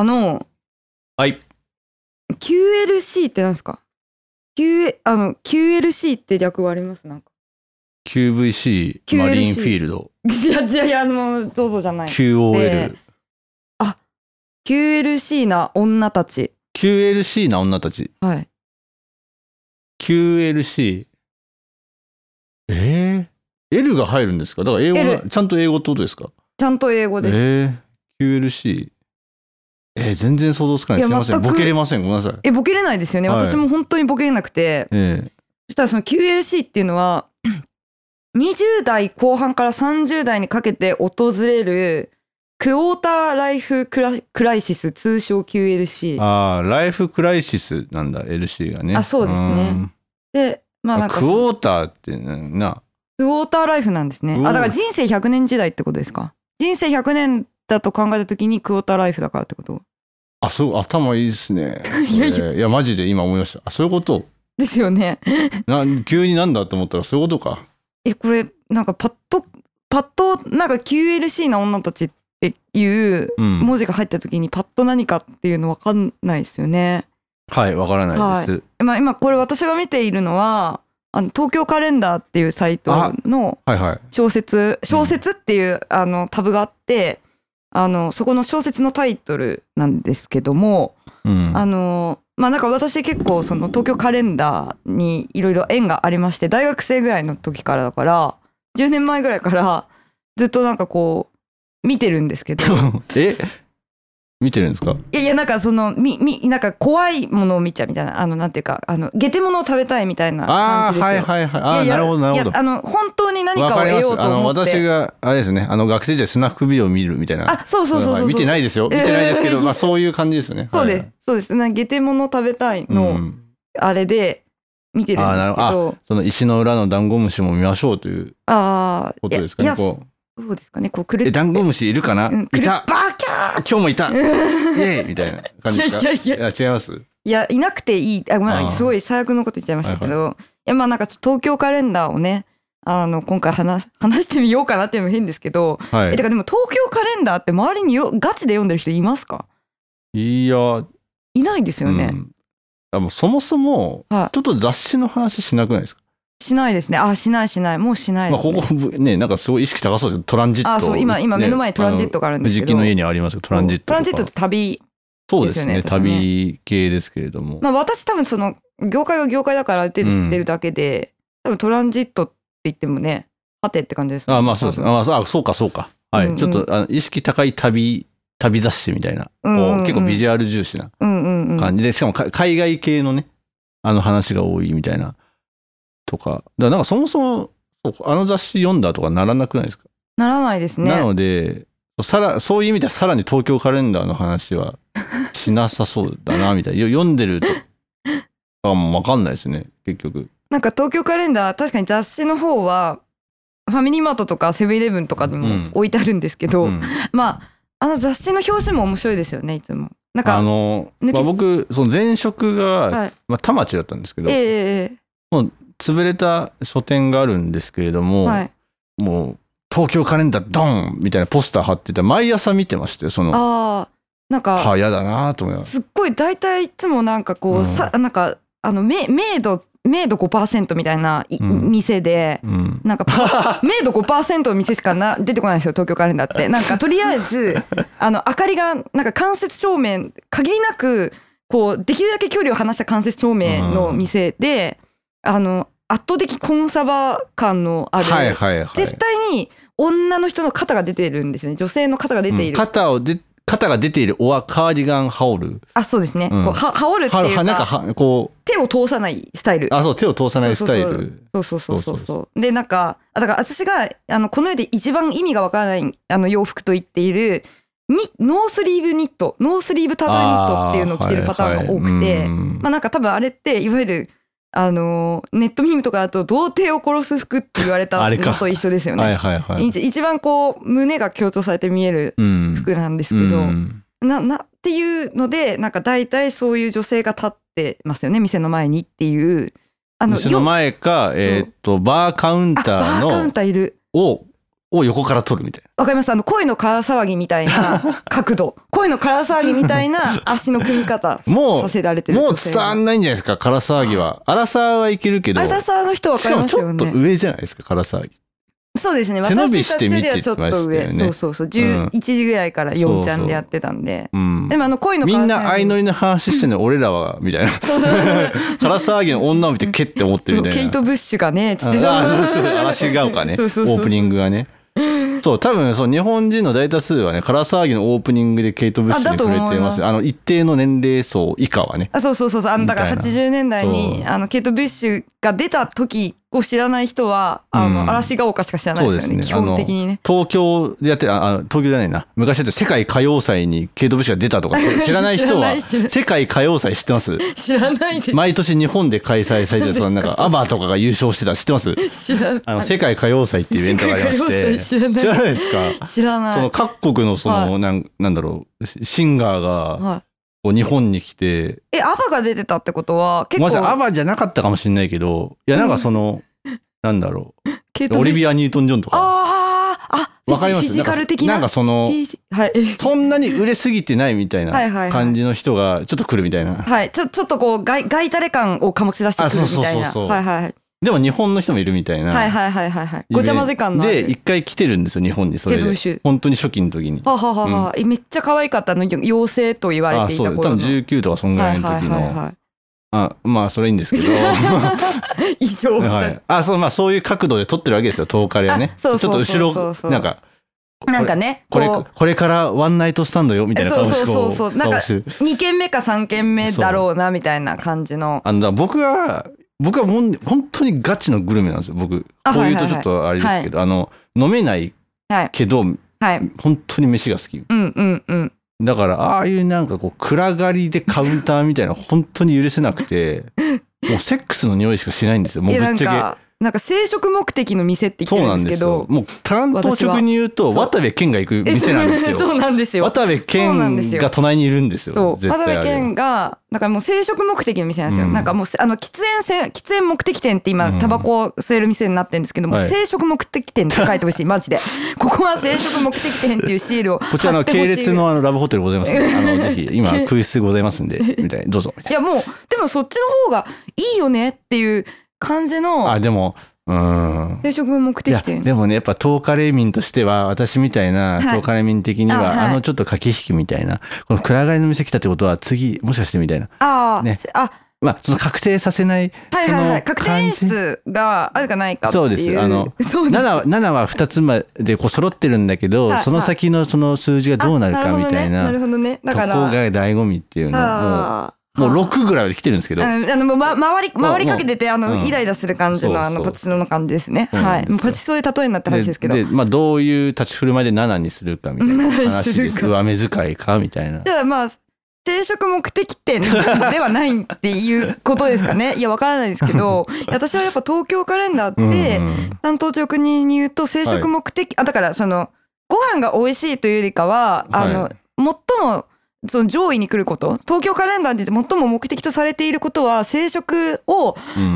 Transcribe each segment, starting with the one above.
はい。 QLC って何ですか？QLC って略はあります？なんか QVC マリンフィールド。 いやもうどうぞじゃない。 QOL。 QLC な女たち。 QLC な女たち。 はい。 QLC。L が入るんですか？だから英語がちゃんと英語ってことですか？ ちゃんと英語です。 QLC。全然想像つかない。すいません。ボケれません。ごめんなさい。 ボケれないですよね。私も本当にボケれなくて。そしたらその QLC っていうのは20代後半から30代にかけて訪れるクォーターライフクライシス、通称 QLC。 ライフクライシスなんだ、LC がね。 そうですね。で、なんかクォーターってな。 クォーターライフなんですね。だから人生100年時代ってことですか？人生100年だと考えたときにクォーターライフだからってこと？ そう、頭いいですね。いやマジで今思いました。そういうことですよね。 急になんだと思ったらそういうことか。 これなんかパッとなんか QLC な女たちっていう文字が入った時にパッと何かっていうの分かんないですよね。 はい、分からないです。 今これ私が見ているのは東京カレンダーっていうサイトの小説っていうタブがあって、そこの小説のタイトルなんですけども、なんか私結構その東京カレンダーにいろいろ縁がありまして、大学生ぐらいの時からだから10年前ぐらいからずっとなんかこう見てるんですけど見てるんですか？ いやなんかそのなんか怖いものを見ちゃうみたいな、なんていうかゲテモノを食べたいみたいな感じですよ。 なるほどなるほど。 本当に何かを得ようと思って。 私があれですね、学生時代スナックビデオを見るみたいな。 そう見てないですよ。見てないですけど、そういう感じですよね。 そうですゲテモノ食べたいのあれで見てるんですけど、 その石の裏のダンゴムシも見ましょうということですかね。 そうですかね。こうダンゴムシいるかな？いた。 バキャー。 今日もいた。イエーイみたいな感じですか？いや違います。 いやいなくていい。すごい最悪のこと言っちゃいましたけど、なんか東京カレンダーをね、今回話してみようかなっていうのも変ですけど、だからでも東京カレンダーって周りにガチで読んでる人いますか？ いやいないですよね。 そもそもちょっと雑誌の話しなくないですか？ しないですね。しないもうしないですね。 ここね、なんかすごい意識高そうです。トランジット。 そう今目の前にトランジットがあるんですけど、 藤木の家にありますよトランジット。 トランジットって旅ですよね。 そうですね、旅系ですけれども、 私多分その業界が業界だからある程度知ってるだけで、多分トランジットって言ってもね、はてって感じですもんね。 そうですね。そうか。はい、ちょっと意識高い旅雑誌みたいな、結構ビジュアル重視な感じで、しかも海外系のね話が多いみたいなとか。だからなんかそもそも雑誌読んだとかならなくないですか？ ならないですね。 なのでそういう意味ではさらに東京カレンダーの話はしなさそうだなみたいな読んでるともう分かんないですね結局。なんか東京カレンダー確かに雑誌の方はファミリーマートとかセブンイレブンとかにも置いてあるんですけど、雑誌の表紙も面白いですよねいつも。なんか僕その前職が、田町だったんですけど、もう潰れた書店があるんですけれども、もう東京カレンダードンみたいなポスター貼ってて毎朝見てましてなんか嫌だなと思います。 すっごい大体いつもなんかこう、なんか明度 5% みたいな店で、なんか明度 5% の店しか出てこないんですよ東京カレンダーって。なんかとりあえず明かりがなんか間接照明限りなくこうできるだけ距離を離した間接照明の店で、圧倒的コンサバ感のある、絶対に女の人の肩が出てるんですよね。女性の肩が出ている、 肩が出ているカーディガン羽織る。 そうですね、こう羽織るっていうか、なんかこう手を通さないスタイル。 そう手を通さないスタイル。 そうでなんかだから私がこの世で一番意味がわからない洋服と言っているノースリーブニット、ノースリーブタートルニットっていうのを着てるパターンが多くて、なんか多分あれっていわゆるネットミームとかだと童貞を殺す服って言われたのと一緒ですよね。一番こう胸が強調されて見える服なんですけど、っていうのでなんか大体そういう女性が立ってますよね店の前にっていう。 店の前かバーカウンターのいるをを横から撮るみたいな。 わかります。恋の空騒ぎみたいな角度恋の空騒ぎみたいな足の組み方させられてるもう伝わんないんじゃないですか、空騒ぎは。荒さはいけるけど、 荒さの人わかりますよね。 しかもちょっと上じゃないですか、空騒ぎ。 そうですね。 背伸びして見て私たちよりはちょっと上。 ましたよね。 そう11時ぐらいから4ちゃんでやってたんで。でも恋のみんな相乗りの話してんの俺らはみたいな。空騒ぎの女を見てケッて思ってるみたいな。 ケイト・ブッシュがねつって嵐が丘ね。オープニングがね。そう多分そう日本人の大多数はね、空騒ぎのオープニングでケイト・ブッシュに触れてます。一定の年齢層以下はね。 そうだから80年代にケイト・ブッシュが出た時を知らない人は嵐が丘しか知らないですよね、基本的にね。 東京でやって東京じゃないな、昔やって世界歌謡祭にケイト・ブッシュが出たとか知らない人は世界歌謡祭知ってます？ 知らないです。 毎年日本で開催されてるなんかアバとかが優勝してた知ってます？ 知らない。 世界歌謡祭っていうイベントがありまして知らないですか？ 知らない。 その各国のなんだろうシンガーが日本に来て、 アバが出てたってことは結構アバじゃなかったかもしれないけど、いやなんかなんだろう、オリビア・ニュートン・ジョンとか。わかります？ フィジカル的な。 なんかそんなに売れすぎてないみたいな感じの人がちょっと来るみたいな。 はい、ちょっとこう外タレ感を醸し出してくるみたいな。はいでも日本の人もいるみたいな。 ごちゃ混ぜ感のある。 で一回来てるんですよ日本に。それで本当に初期の時に。 めっちゃ可愛かったの、妖精と言われていた頃の。 多分19とかそんぐらいの時の。まあそれいいんですけど。 異常。 そういう角度で撮ってるわけですよ、トーカレはね。ちょっと後ろなんかね、 これからワンナイトスタンドよみたいな顔して、 なんか2軒目か3軒目だろうなみたいな感じの。 僕は本当にガチのグルメなんですよ。僕こういうとちょっとあれですけど、飲めないけど本当に飯が好き。だからああいうなんか暗がりでカウンターみたいな本当に許せなくて、もうセックスの匂いしかしないんですよ、もうぶっちゃけ。 なんか生殖目的の店って言ってるんですけど、 もう担当直に言うと渡部健が行く店なんですよ。 そうなんですよ。 渡部健が隣にいるんですよ。 渡部健がだからもう生殖目的の店なんですよ。なんかもう喫煙目的店って今タバコを吸える店になってるんですけども、生殖目的店って書いてほしいマジで。ここは生殖目的店っていうシールを貼ってほしい。 こちら系列のラブホテルございますので、ぜひ今空室ございますんでみたいな、どうぞみたいな。 いやもうでもそっちの方がいいよねっていう感じの。 でも生殖目的店。 でもね、やっぱトーカレー民としては、私みたいなトーカレー民的には、ちょっと駆け引きみたいな、この暗がりの店来たってことは次もしかしてみたいな、その確定させない、 確定演出があるかないかっていう。 そうです。7は2つまで揃ってるんだけど、その先のその数字がどうなるかみたいなとこが醍醐味っていうのもう6ぐらいまで来てるんですけど、 回りかけててイライラする感じのパチスロの感じですね。パチスロで例えになった話ですけど、 どういう立ち振る舞いで7にするかみたいな話です。上目遣いかみたいな。 じゃあ生殖目的店ではないっていうことですかね。いやわからないですけど、私はやっぱ東京カレンダーって担当直に言うと生殖目的、だからご飯が美味しいというよりかは最もその上位に来ること、東京カレンダーで最も目的とされていることは生殖を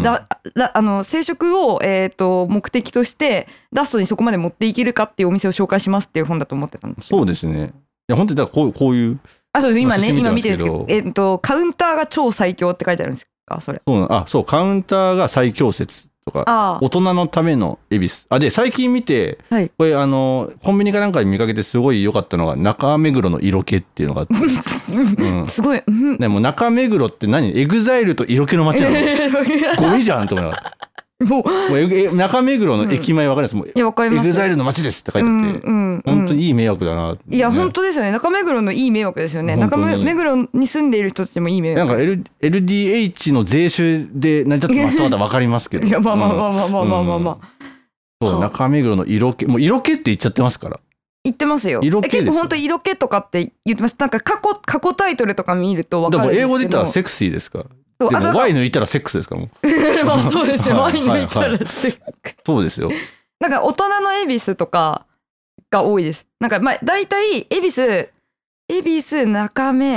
目的としてラストにそこまで持っていけるかっていうお店を紹介しますっていう本だと思ってたんですよ。 そうですね。いや本当にだからこういうそうです。今見てるんですけど、カウンターが超最強って書いてあるんですか、それ。 そうカウンターが最強説とか、大人のための恵比寿。で最近見て、これコンビニかなんかで見かけてすごい良かったのが中目黒の色気っていうのがあって、 すごい。 でも中目黒って何？エグザイルと色気の街なの？ゴミじゃんと思いながら。もう中目黒の駅前わかります？もうエグザイルの街ですって書いてあって、本当にいい迷惑だな。 いや本当ですよね。中目黒のいい迷惑ですよね。中目黒に住んでいる人たちもいい迷惑。 なんか LDH の税収で成り立ってますとまだわかりますけど。 いやまあ。 そう中目黒の色気、もう色気って言っちゃってますから。 言ってますよ。結構本当色気とかって言ってます。なんか過去タイトルとか見るとわかるんですけど。 でも英語で言ったらセクシーですか。でも Y 抜いたらセックスですかもう。 そうですよ。Y 抜いたらセックス。 そうですよ。 なんか大人の恵比寿とかが多いです。なんか大体恵比寿中目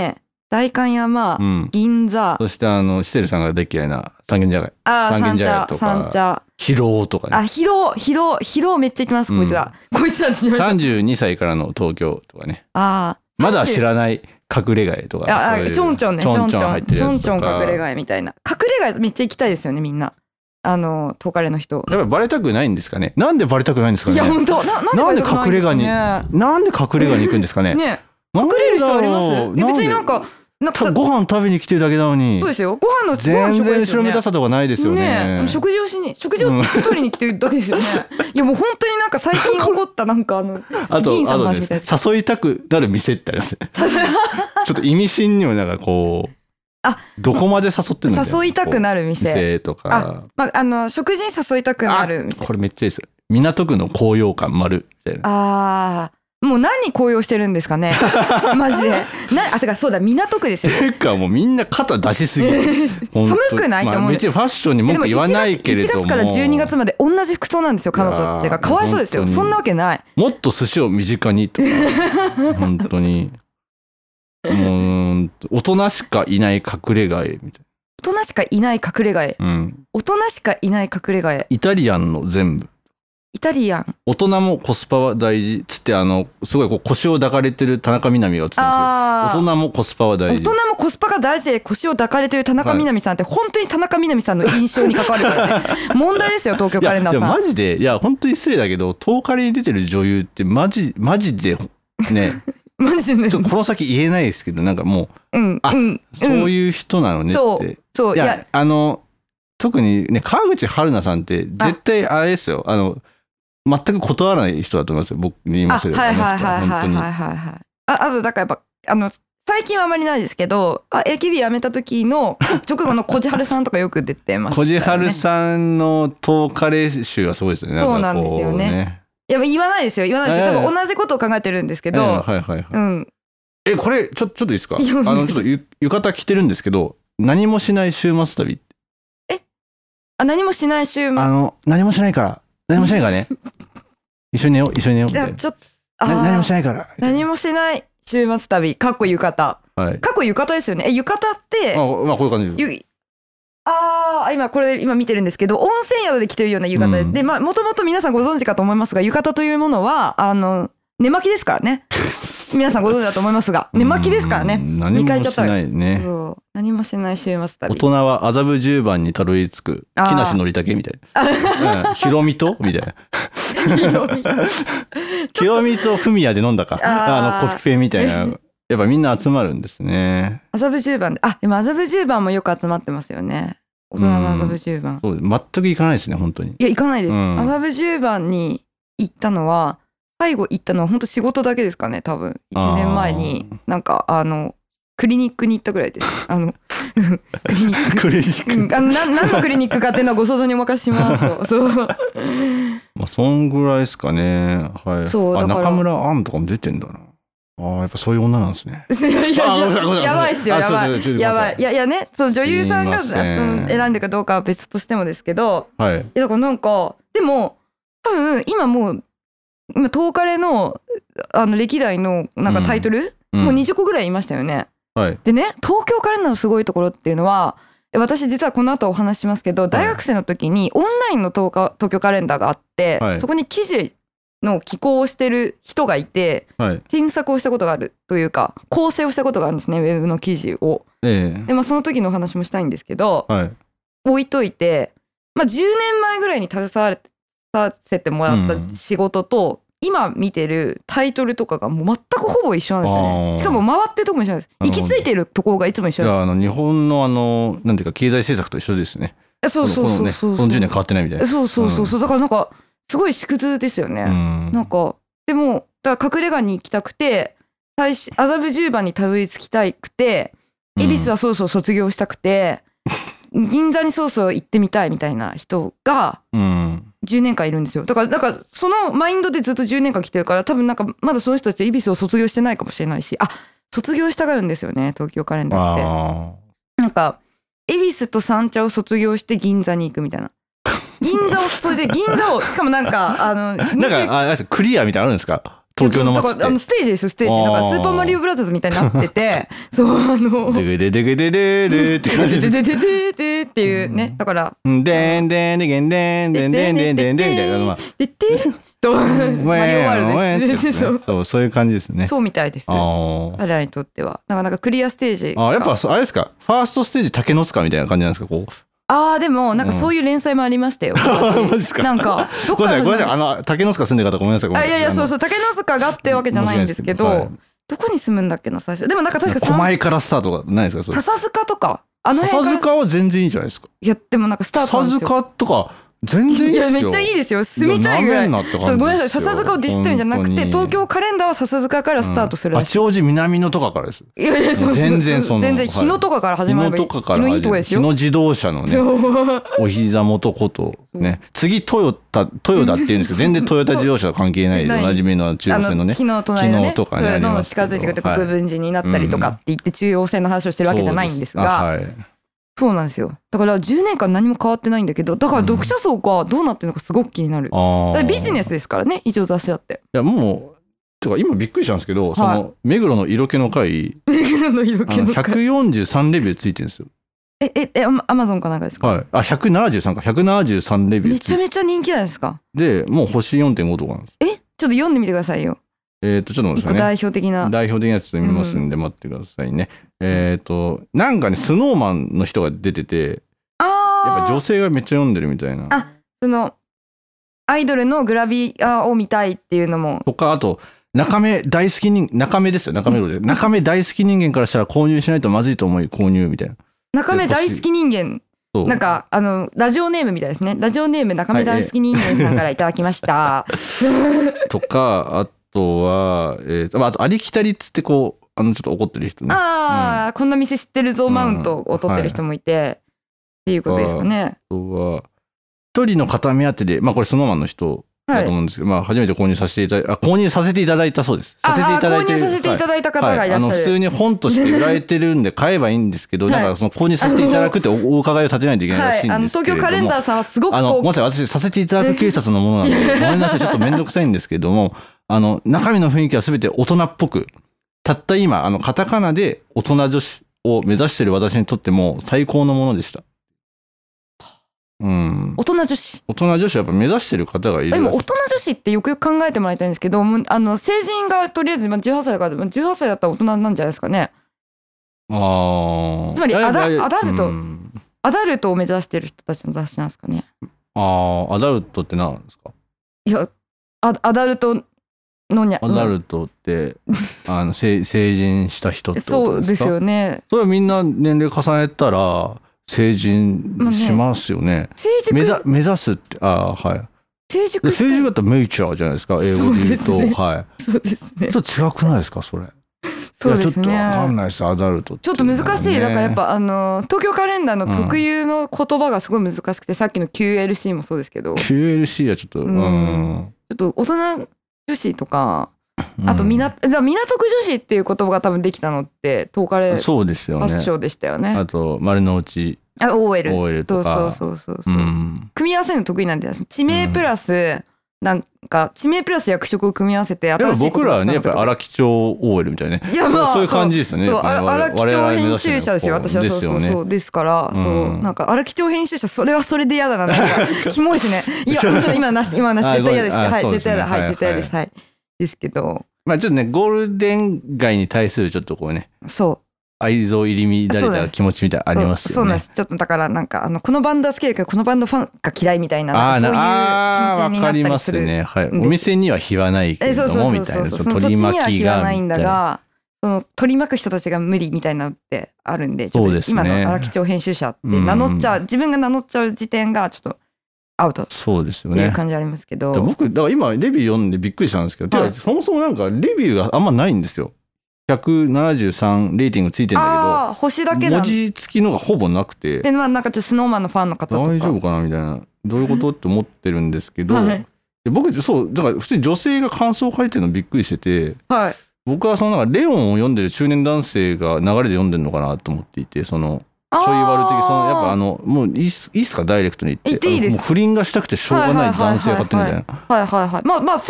代官山、 うん、 銀座、 そしてシテルさんが大嫌いな三軒茶屋、 三軒茶屋とか、 三茶、 広尾とかね。 広尾めっちゃ行きます、こいつら。こいつらって言いました。 32歳からの東京とかね。 まだ知らない隠れ家とか。 ちょんちょんね、ちょんちょん入ってるやつとか。 ちょんちょん隠れ家みたいな。隠れ家めっちゃ行きたいですよね、みんな。東カレの人。 やっぱりバレたくないんですかね。なんでバレたくないんですかね。 いや本当。 なんで隠れ家に行くんですかね。 ね。隠れる人あります？別になんかご飯食べに来てるだけなのに。 そうですよ。ご飯全然後ろめたさとかないですよね。 食事を取りに来てるだけですよね。いやもう本当になんか最近起こったなんかあと誘いたくなる店ってありますね。ちょっと意味深にもなんかこう。どこまで誘ってんの？ 誘いたくなる店とか。 食事に誘いたくなる店。 これめっちゃいいです。港区の高揚感丸みたいな。 もう何高揚してるんですかね。マジで。てかそうだ、港区ですよ。 てかもうみんな肩出しすぎる。 寒くないと思うんです。 別にファッションに文句言わないけれども。 1月から12月まで同じ服装なんですよ、彼女たちが。かわいそうですよ。そんなわけない。 もっと寿司を身近にとか。本当に。大人しかいない隠れ家みたいな。 大人しかいない隠れ家。大人しかいない隠れ家。 イタリアンの全部。 イタリアン。 大人もコスパは大事つってすごいこう腰を抱かれてる田中みな実が映ってるんですけど、大人もコスパは大事。 大人もコスパが大事で腰を抱かれてる田中みな実さんって本当に田中みな実さんの印象に関わるからね。問題ですよ、東京カレンダーさん。 マジで本当に失礼だけど、東カレに出てる女優ってマジでね。 マジでね。 この先言えないですけど、なんかもう、そういう人なのねって。 そういや特にね、川口春奈さんって絶対あれですよ。全く断らない人だと思いますよ、僕に言いますよ。 あとだからやっぱ最近はあまりないですけど、AKB 辞めた時の直後の小路春さんとかよく出てましたね。 小路春さんの東カレ集はすごいですよね。 そうなんですよね。いや言わないですよ。多分同じことを考えてるんですけど。これちょっといいですか。ちょっと浴衣着てるんですけど、何もしない週末旅。 何もしない週末。 何もしないからね。一緒に寝ようみたいな。何もしないから。 何もしない週末旅。かっこ浴衣。かっこ浴衣ですよね。浴衣って。 こういう感じで。 今見てるんですけど、温泉宿で着てるような浴衣です。で、もともと皆さんご存知かと思いますが、浴衣というものは寝巻きですからね。皆さんご存知だと思いますが、寝巻きですからね。 何もしないね。 何もしない週末旅。 大人は麻布十番にたどり着く木梨憲武みたいな。ヒロミとみたいな。ヒロミとフミヤで飲んだか。コピペみたいな。やっぱみんな集まるんですね。 麻布十番で。でも麻布十番もよく集まってますよね。大人の麻布十番。 そう、全く行かないですね、本当に。 いや、行かないです。麻布十番に行ったのは、最後行ったのは本当仕事だけですかね、多分。1年前に、なんか、クリニックに行ったぐらいです。クリニック。 クリニック。 何のクリニックかっていうのはご想像にお任せします。そう。 そんぐらいですかね。はい。 そう、だから。 中村アンとかも出てんだな。やっぱそういう女なんですね。 やばいっすよ、やばい。いやね、女優さんが選んでるかどうかは別としてもですけど、だからなんか、でも、多分今もう、東カレの歴代のなんかタイトル、もう20個ぐらいいましたよね。でね、東京カレンダーのすごいところっていうのは、私実はこの後お話ししますけど、大学生の時にオンラインの東京カレンダーがあって、そこに記事の寄稿をしてる人がいて、添削をしたことがあるというか構成をしたことがあるんですね、ウェブの記事を。でその時のお話もしたいんですけど、置いといて、10年前ぐらいに携わらせてもらった仕事と、今見てるタイトルとかがもう全くほぼ一緒なんですよね。しかも回ってるとこも一緒なんです。行き着いてるところがいつも一緒なんです。 日本のなんていうか経済政策と一緒ですね。 そうこの10年変わってないみたいな。 そうだからなんかすごい縮図ですよね。なんかでもだから隠れ家に行きたくて、麻布十番にたどり着きたくて、恵比寿はそろそろ卒業したくて、銀座にそろそろ行ってみたいみたいな人が10年間いるんですよ。だからそのマインドでずっと10年間来てるから、多分なんかまだその人たち恵比寿を卒業してないかもしれないし、卒業したがるんですよね、東京カレンダーって。なんか恵比寿と三茶を卒業して銀座に行くみたいな。それで銀座をしかもなんかなんかクリアみたいなのあるんですか、 東京の街って。 だからステージですよ、ステージ。なんかスーパーマリオブラザーズみたいになってて、そうでででででででって感じでででででっていうね、だからでんでんでんでんでんでんでんでんでんでんみたいなででとマリオワールドです。 そういう感じですね。 そうみたいです。彼らにとってはなかなかクリアステージ。 やっぱあれですか、ファーストステージ竹の塚みたいな感じなんですか、こう。 でもなんかそういう連載もありましたよ。 マジですか。 なんかどっかごめんなさい、竹の塚住んでる方ごめんなさい。 いやそう竹の塚がってわけじゃないんですけど、どこに住むんだっけな最初。でもなんか確か狛江からスタートがないですか。 笹塚とか笹塚は全然いいじゃないですか。 いやでもなんかスタートなんですよ。 笹塚とか全然いいですよ。 いやめっちゃいいですよ。住みたいぐらい。そうごめんなさい、笹塚をディスってるんじゃなくて、東京カレンダーは笹塚からスタートする。 八王子南野とかからです。 いや全然日野とかから始まればいい。日野いいとこですよ。 日野自動車のねお膝元ことね、次トヨタって言うんですけど、全然トヨタ自動車は関係ないでおなじみの中央線のね、 日野隣のね、 とかねありますけど、 近づいてくると国分寺になったりとかって言って中央線の話をしてるわけじゃないんですが。そうなんですよ。だから10年間何も変わってないんだけど、だから読者層がどうなってるのかすごく気になる。だからビジネスですからね、一応雑誌だって。 いやもうてか今びっくりしたんですけど、その目黒の色気の回、143レビューついてるんですよ。 アマゾンかなんかですか。 はい。173か、173レビュー。 めちゃめちゃ人気じゃないですか。 でもう星 4.5 とかなんです。 ちょっと読んでみてくださいよ。 ちょっと待ってくださいね。 代表的なやつと見ますんで待ってくださいね。なんかね、スノーマンの人が出てて、やっぱ女性がめっちゃ読んでるみたいな。 そのアイドルのグラビアを見たいっていうのも。 とか、あと中目大好き中目ですよ、中目で。中目大好き人間からしたら購入しないとまずいと思い購入みたいな。 中目大好き人間。なんかラジオネームみたいですね。ラジオネーム中目大好き人間さんからいただきました。 とか、あとはあとありきたりっつってこうちょっと怒ってる人ね。 こんな店知ってるぞマウントを取ってる人もいて、っていうことですかね。 あとは一人の方目当てで、これスノーマンの人だと思うんですけど、初めて購入させていただいたそうです。 購入させていただいた方がいらっしゃる。 普通に本として売られてるんで買えばいいんですけど、なんかその購入させていただくってお伺いを立てないといけないらしいんですけれども、 東京カレンダーさんはすごくごめんなさい、私させていただく警察のものなんでごめんなさい、ちょっと面倒くさいんですけども、中身の雰囲気は全て大人っぽく、たった今カタカナで大人女子を目指している私にとっても最高のものでした。大人女子やっぱ目指してる方がいる。 でも大人女子ってよくよく考えてもらいたいんですけど、成人がとりあえず18歳だから18歳だったら大人なんじゃないですかね。つまりアダルトを目指してる人たちの雑誌なんですかね。 アダルトって何なんですか。 いやアダルトのアダルトって成人した人ってことですか。 そうですよね。 それはみんな年齢重ねたら成人しますよね。目指すって成熟だったらメイチャーじゃないですか、英語で言うと。 そうですね。 ちょっと違くないですかそれ。 そうですね。 ちょっと分かんないです、アダルトって。 ちょっと難しい。だからやっぱ東京カレンダーの特有の言葉がすごい難しくて、さっきの QLC もそうですけど、 QLC はちょっとちょっと大人女子とか、あと港区女子っていう言葉が多分できたのって東カレ発祥でしたよね。 あと丸の内 OL とか、 そう、組み合わせるの得意なんで、地名プラスなんか地名プラス役職を組み合わせて新しい言葉を僕らはねやっぱり荒木町 OL みたいなね。そういう感じですよね。 荒木町編集者ですよ私は。そうですから、なんか荒木町編集者、それはそれで嫌だな、なんかキモいですね。いやちょっと今なし絶対嫌です。絶対嫌です。ですけど、 ちょっとねゴールデン街に対するちょっとこうね、愛憎入り乱れた気持ちみたいなありますよね。 そうなんです。ちょっとだからなんかこのバンドは好きだけどこのバンドファンが嫌いみたいな、そういう気持ちになったりする。 わかりますね。お店には非はないけれどもみたいな、 取り巻きがないんだが、その取り巻く人たちが無理みたいなのってあるんで、ちょっと今の荒木町編集者って名乗っちゃう、自分が名乗っちゃう時点がちょっとアウトっていう感じありますけど。 僕だから今レビュー読んでびっくりしたんですけど、そもそもなんかレビューがあんまないんですよ。173レーティングついてるんだけど、 星だけ文字付きのがほぼなくて、 でなんかちょっとスノーマンのファンの方とか大丈夫かなみたいな、どういうことって思ってるんですけど、で僕そうだから普通に女性が感想を書いてるのびっくりしてて、僕はそのなんかレオンを読んでる中年男性が流れで読んでるのかなと思っていて、そのちょい悪的、そのやっぱもういいっすかダイレクトに言って、 いいです。 もう不倫がしたくてしょうがない男性が勝手みたいな。 まあそう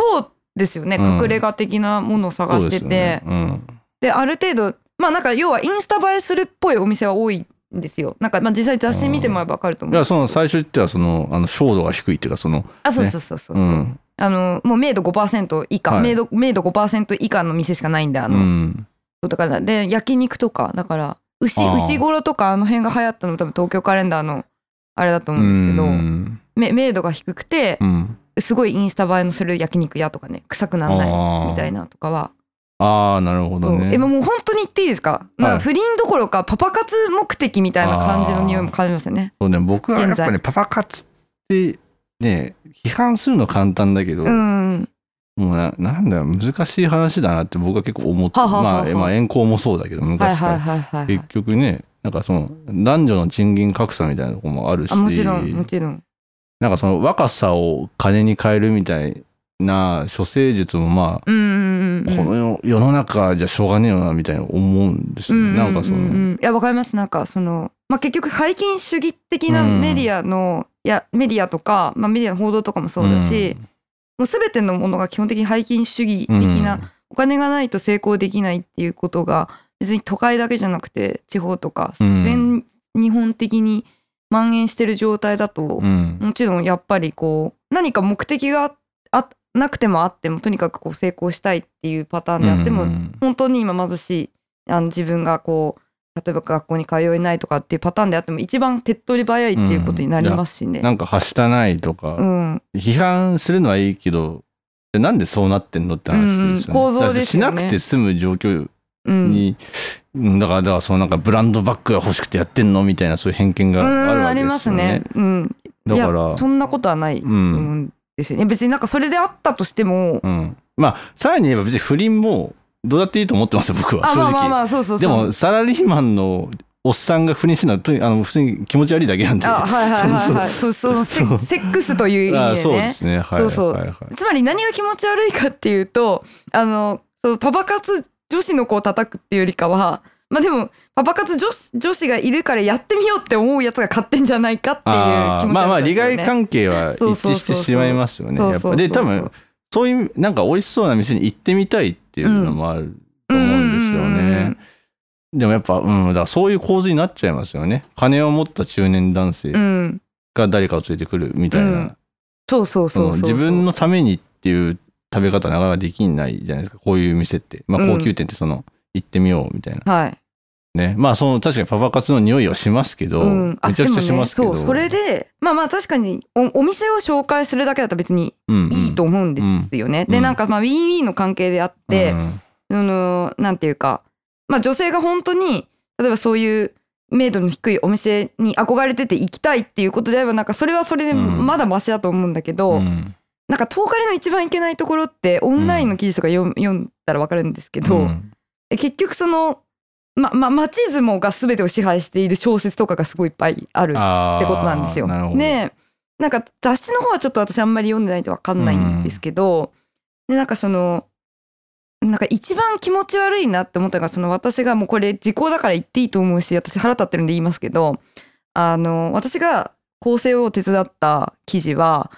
ですよね、隠れ家的なものを探してて、である程度まあなんか要はインスタ映えするっぽいお店は多いんですよ。なんかまあ実際雑誌見てもらえば分かると思う。 いやその最初言っては照度が低いっていうかそうそう、もう明度 5% 以下、明度 5% 以下の店しかないんでだからで焼肉とかだから牛ごろとかあの辺が流行ったの多分東京カレンダーのあれだと思うんですけど、明度が低くて、すごいインスタ映えのする焼肉屋とかね、臭くならないみたいなとかは。 なるほどね。 もう本当に言っていいですか、なんか不倫どころかパパ活目的みたいな感じの匂いも感じますよね。 そうね、僕はやっぱねパパ活ってね批判するの簡単だけど、もうなんだよ難しい話だなって僕は結構思って、まあ遠行もそうだけど昔から結局ね、なんかその男女の賃金格差みたいなところもあるし、 もちろんなんかその若さを金に変えるみたいな処世術もまあ、この世の中じゃしょうがねえよなみたいに思うんですよね。なんかそのいやわかります。なんかそのまあ結局拝金主義的なメディアの、メディアとか、まあ、メディアの報道とかもそうだし、もう全てのものが基本的に拝金主義的な、お金がないと成功できないっていうことが別に都会だけじゃなくて地方とか全日本的に蔓延してる状態だと、もちろんやっぱりこう何か目的がなくてもあってもとにかくこう成功したいっていうパターンであっても、本当に今貧しい自分がこう例えば学校に通えないとかっていうパターンであっても一番手っ取り早いっていうことになりますしね。 なんかはしたないとか、批判するのはいいけどなんでそうなってんのって話ですよね。 構造ですよね。 しなくて済む状況に、だからそのなんかブランドバッグが欲しくてやってんのみたいなそういう偏見があるわけですよね。 ありますね。だからそんなことはないと思うんですよね。別になんかそれであったとしても、 まあさらに言えば別に不倫もどうだっていいと思ってますよ僕は正直。でもサラリーマンのおっさんが不倫してるのは普通に気持ち悪いだけなんで。 そのセックスという意味でね。そうですね。つまり何が気持ち悪いかっていうとパパ活女子の子を叩くっていうよりかは、まあでもパパ活女子がいるからやってみようって思うやつが勝ってんじゃないかっていう気持ち悪さですよね。まあ利害関係は一致してしまいますよね。で多分そういうなんか美味しそうな店に行ってみたいっていうのもあると思うんですよね。でもやっぱ、だからそういう構図になっちゃいますよね。金を持った中年男性が誰かを連れてくるみたいな。自分のためにっていう食べ方なかなかできないじゃないですか、こういう店って。まあ高級店って行ってみようみたいな。ね、まあ確かにパパ活の匂いはしますけど、めちゃくちゃしますけど。 それでまあ確かに お店を紹介するだけだったら別にいいと思うんですよね。でなんかまあウィンウィンの関係であって、なんていうか。まあ女性が本当に例えばそういう明度の低いお店に憧れてて行きたいっていうことであればなんかそれはそれでまだマシだと思うんだけど、なんか東カレの一番いけないところってオンラインの記事とか読んだら分かるんですけど、結局そのマチズモが全てを支配している小説とかがすごいいっぱいあるってことなんですよ。でなんか雑誌の方はちょっと私あんまり読んでないと分かんないんですけど、でなんかなんか一番気持ち悪いなって思ったのが私がもうこれ時効だから言っていいと思うし私腹立ってるんで言いますけど私が構成を手伝った記事は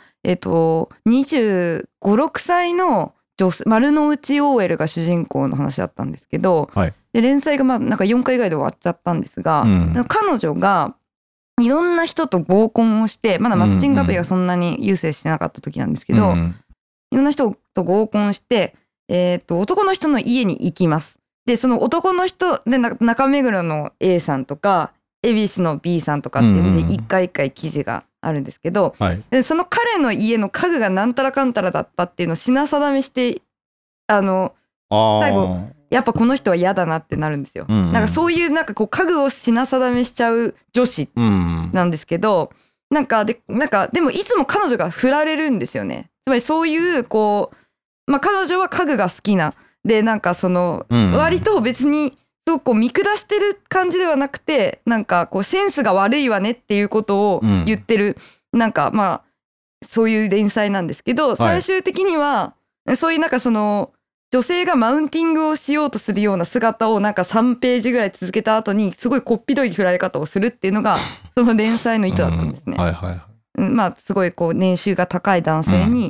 25、6歳の丸の内 OL が主人公の話だったんですけど、で連載がなんか4回ぐらいで終わっちゃったんですが、彼女がいろんな人と合コンをしてまだマッチングアプリがそんなに優勢してなかった時なんですけど、いろんな人と合コンして男の人の家に行きます。でその男の人で中目黒の A さんとか恵比寿の B さんとかっていうので一回一回記事があるんですけど、でその彼の家の家具がなんたらかんたらだったっていうのを品定めして最後やっぱこの人は嫌だなってなるんですよ。なんかそういうなんかこう家具を品定めしちゃう女子なんですけど、なんかでもいつも彼女が振られるんですよね。つまりそういうこう彼女は家具が好きなでなんか割と別にすごくこう見下してる感じではなくてなんかこうセンスが悪いわねっていうことを言ってる、なんかそういう連載なんですけど、最終的にはそういうなんか女性がマウンティングをしようとするような姿をなんか3ページぐらい続けた後にすごいこっぴどい振られ方をするっていうのがその連載の意図だったんですね。すごいこう年収が高い男性に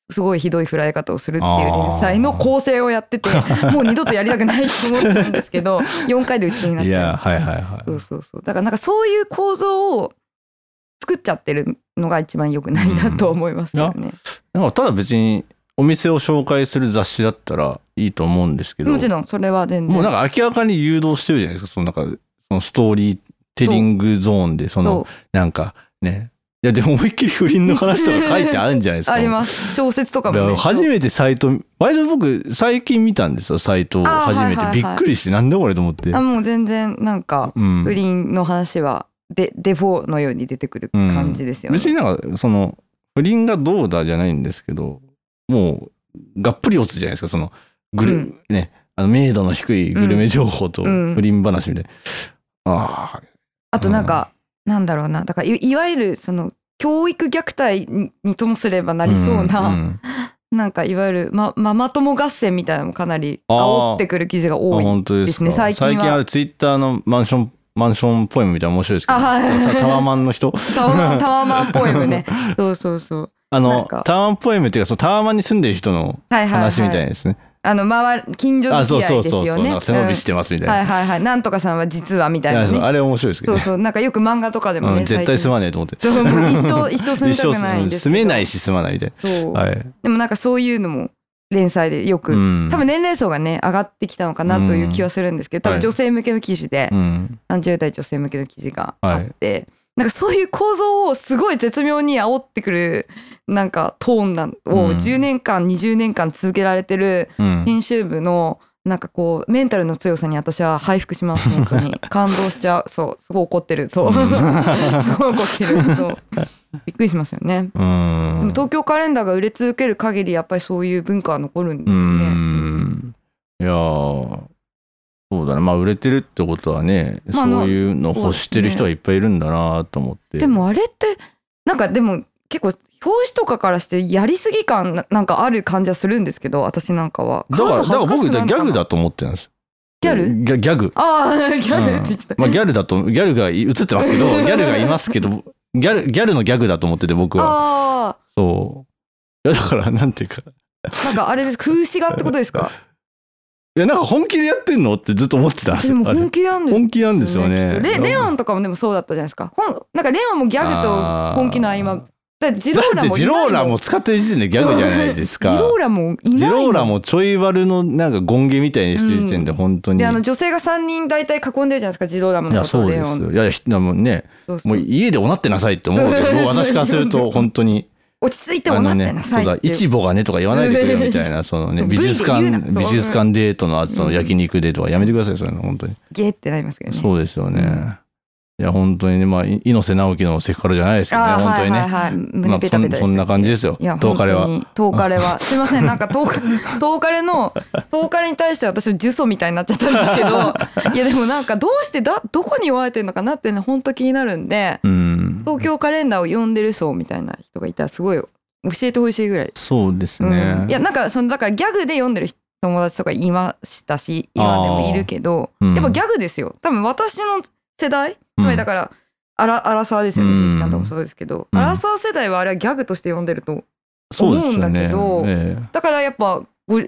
すごいひどい振られ方をするっていう連載の構成をやってて、もう二度とやりたくないと思ってたんですけど4回で打ち切りになっちゃいました。 いや、はいはいはい。 そうだからなんかそういう構造を作っちゃってるのが一番良くないなと思いますけどね。 なんかただ別にお店を紹介する雑誌だったらいいと思うんですけど、 もちろんそれは全然もうなんか明らかに誘導してるじゃないですか。そのなんかそのストーリーテリングゾーンでそのなんかね。いやでも思いっきり不倫の話とか書いてあるんじゃないですか。 あります。小説とかもね。 初めてサイト、割と僕最近見たんですよ、サイトを初めて。びっくりして、なんだこれと思って。 もう全然なんか不倫の話はデフォのように出てくる感じですよね。 別になんかその不倫がどうだじゃないんですけど、もうがっぷり四つじゃないですか、そのね、明度の低いグルメ情報と不倫話みたいな。 あとなんか、なんだろうな、だからいわゆるその教育虐待にともすればなりそうな、なんかいわゆるママ友合戦みたいなのもかなり煽ってくる記事が多いですね。最近あるツイッターのマンションポエムみたいな面白いですけど、タワマンの人タワマンポエムね。そうタワマンポエムっていうか、そのタワマンに住んでる人の話みたいですね。 近所付き合いですよね。 背伸びしてますみたいな。 なんとかさんは実はみたいなね。 あれ面白いですけどね。 なんかよく漫画とかでもね。 絶対住まねえと思って。 一生住みたくないんですけど。 住めないし住まないみたいな。 でもなんかそういうのも連載でよく、多分年齢層がね上がってきたのかなという気はするんですけど、多分女性向けの記事で、30代女性向けの記事があって。なんかそういう構造をすごい絶妙に煽ってくるなんかトーンを10年間20年間続けられてる編集部のなんかこうメンタルの強さに私は拝服します。本当に感動しちゃう。そうすごい怒ってる。そうすごい怒ってる。そうびっくりしますよね。でも東京カレンダーが売れ続ける限りやっぱりそういう文化は残るんですよね。 いやそうだね。まあ売れてるってことはね、そういうの欲してる人はいっぱいいるんだなと思って。 でもあれってなんかでも結構表紙とかからしてやりすぎ感なんかある感じはするんですけど、私なんかは。 だから僕ギャグだと思ってるんです。 ギャル？ ギャグ。 ああギャルって言ってた。 まあギャルだとギャルが映ってますけど、ギャルがいますけど、ギャルのギャグだと思ってて僕は。そう。いやだからなんていうか。 なんかあれです。風刺画ってことですか？ いやなんか本気でやってんのってずっと思ってたんですよ。 でも本気なんですよね。 本気なんですよね。 レオンとかもでもそうだったじゃないですか。なんかレオンもギャグと本気の合間。ジローラも使ってる時点でギャグじゃないですか。 ジローラもいないの。 ジローラもちょい悪のなんかゴンゲみたいにしてる時点で本当に。 で女性が3人大体囲んでるじゃないですか、ジローラものことレオン。 いやそうですよ。いやもうね、もう家でおなってなさいって思うけど、私からすると本当に。 落ち着いておなってなさいって。 イチボがねとか言わないでくれよみたいな、そのね美術館デートの後の焼肉デートはやめてください、そういうの本当に。 ゲーってなりますけどね。 そうですよね。いや本当にね、まあ猪瀬直樹のセクハラじゃないですけどね、本当にね。 胸ペタペタです。 そんな感じですよ。 東カレは。すいません、なんか東カレに対して私は呪詛みたいになっちゃったんですけど、いやでもなんかどうしてどこに言われてるのかなってね本当気になるんで、東京カレンダーを読んでる層みたいな人がいたらすごい教えてほしいぐらい。 そうですね。 いやなんかだからギャグで読んでる友達とかいましたし、今でもいるけど、やっぱギャグですよ。多分私の世代、つまりだからアラサーですよね、じいちゃんともそうですけど、アラサー世代はあれはギャグとして読んでると思うんだけど、だからやっぱ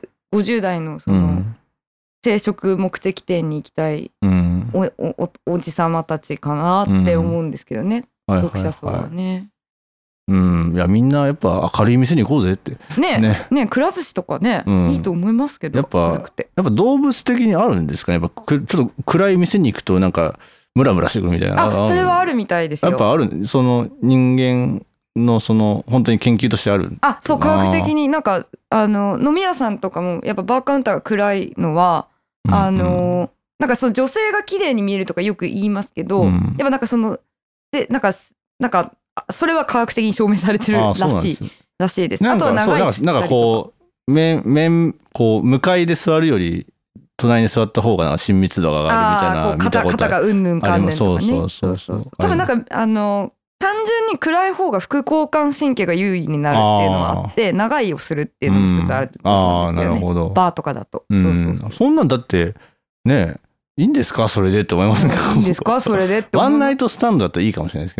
50代のその生殖目的店に行きたいおじさまたちかなって思うんですけどね、読者層はね。 いやみんなやっぱ明るい店に行こうぜってねくら寿司とかね、いいと思いますけど、 やっぱ動物的にあるんですかね。やっぱちょっと暗い店に行くとなんかムラムラしてくるみたいな。 それはあるみたいですよ。 やっぱある、その人間のその本当に研究としてある。 そう科学的になんか飲み屋さんとかもやっぱバーカウンターが暗いのはなんかその女性が綺麗に見えるとかよく言いますけど、やっぱなんかそのでなんかそれは科学的に証明されてるらしいです。あとは長いなんかこう向かいで座るより隣に座った方が親密度が上がるみたいな、 肩がうんぬんかんぬんとかね。 そう多分なんか単純に暗い方が副交感神経が優位になるっていうのがあって、長居をするっていうのも一つあると思うんですよね。 なるほど。 バーとかだと。 そんなんだってね、いいんですかそれでって思いますね。 いいんですかそれでってワンナイトスタンドだったらいいかもしれないですけどね。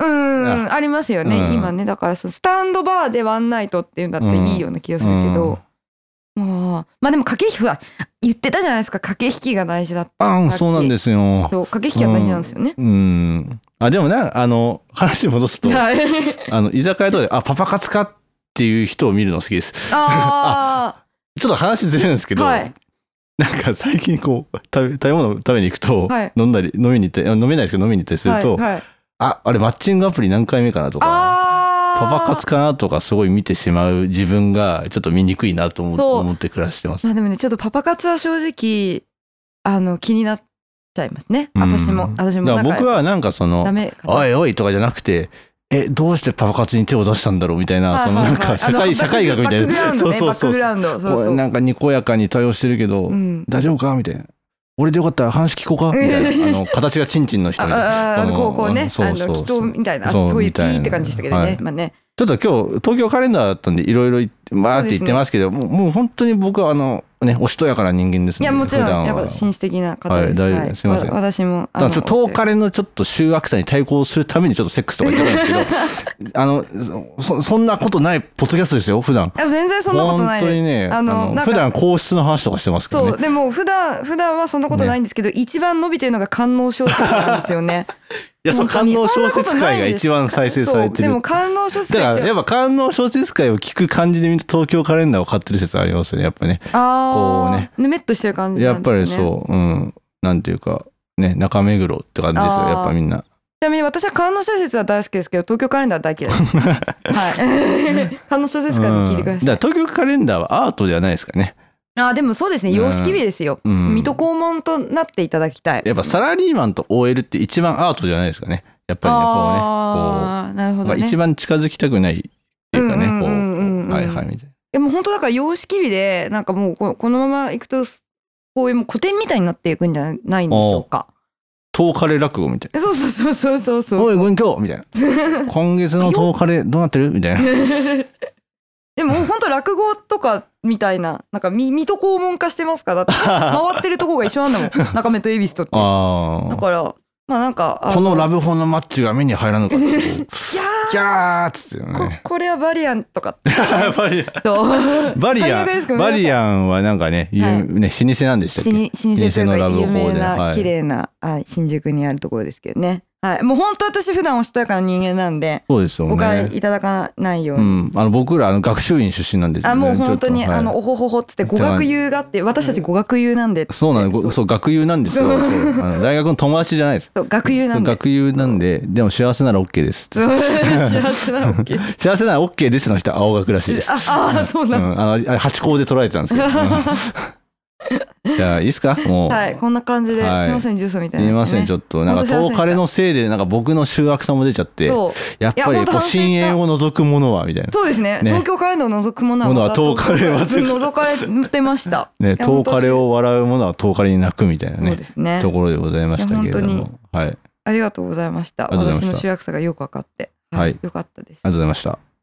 ありますよね、今ね。だからスタンドバーでワンナイトっていうんだっていいような気がするけど、まあでも駆け引きは言ってたじゃないですか、駆け引きが大事だって。 そうなんですよ。 そう、駆け引きが大事なんですよね。 でもね、話戻すと、居酒屋とかでパパ活かっていう人を見るの好きです。ちょっと話ずれるんですけど、なんか最近こう食べ物を食べに行くと、飲めないですけど飲みに行ったりすると、あれマッチングアプリ何回目かなとか、パパ活かなとかすごい見てしまう自分がちょっと見にくいなと思って暮らしてます。 でもね、ちょっとパパ活は正直気になっちゃいますね。私も僕はなんかおいおいとかじゃなくて、どうしてパパ活に手を出したんだろうみたいな、なんか社会学みたいな、バックグラウンド、なんかにこやかに対応してるけど、大丈夫かみたいな。俺でよかったら話聞こうかみたいな、形がチンチンの人みたいな、こうね、祈祷みたいな、そういうピーって感じでしたけどね。ちょっと今日東京カレンダーだったんでいろいろバーって言ってますけど、もう本当に僕はおしとやかな人間ですね。いやもちろんやっぱ紳士的な方です。大丈夫、すみません。私も東カレのちょっと醜悪さに対抗するためにちょっとセックスとか言ってたんですけどそんなことないポッドキャストですよ普段。全然そんなことないです。本当にね、普段皇室の話とかしてますけどね。そうでも普段はそんなことないんですけど、一番伸びてるのが官能小説なんですよね。いや、官能小説会が一番再生されてる。でも官能小説会だからやっぱ官能小説会を聞く感じで見ると東京カレンダーを買ってる説ありますよね、やっぱね。こうね、ぬめっとしてる感じなんですね。やっぱりそう、なんていうかね、中目黒って感じですよ、やっぱみんな。ちなみに私は官能小説は大好きですけど、東京カレンダーは大嫌いです。はい。官能小説会も聞いてください。だから東京カレンダーはアートではないですかね。でもそうですね、様式美ですよ。水戸黄門となっていただきたい。やっぱサラリーマンと OL って一番アートじゃないですかね。やっぱりね、こうね、なるほどね。一番近づきたくないっていうかね、こう、はいはいみたいな。でも本当だから様式美で、なんかもうこのままいくとこういうもう古典みたいになっていくんじゃないんでしょうか。東カレ落語みたいな。そう。おいご隠居みたいな。今月の東カレどうなってるみたいな。でも本当落語とかみたいな、なんか水戸黄門化してますから。だって回ってるとこが一緒なんだもん。中目と恵比寿とって。だからまあなんかこのラブホのマッチが目に入らぬかってギャーっつってね。これはバリアンとか。バリアンはなんかね、老舗なんでしたっけ。老舗のラブホで有名な綺麗な新宿にあるところですけどね。はい、もう本当私普段おしとやかな人間なんで、そうですよね、誤解いただかないように。僕ら学習院出身なんで、もう本当におほほほっつって語学友があって、私たち語学友なんで。そうなの、そう学友なんですよ。大学の友達じゃないです。そう学友なんで。学友なんで、でも幸せなら OK です。幸せなら OK。幸せなら OK ですの人は青学らしいです。そうなの。8校で捉えてたんですけど。じゃあいいですか、もう。はい、こんな感じで、すみません、ジュースみたいな。すみません、ちょっとなんか東カレのせいでなんか僕の醜悪さも出ちゃって、やっぱりこう深淵を除くものはみたいな。そうですね。東京カレの除くものは東カレは除かれてました。ね、東カレを笑うものは東カレに泣くみたいなね。そうですね。ところでございましたけれども。はい。ありがとうございました。私の醜悪さがよく分かって、はい、よかったです。ありがとうございました。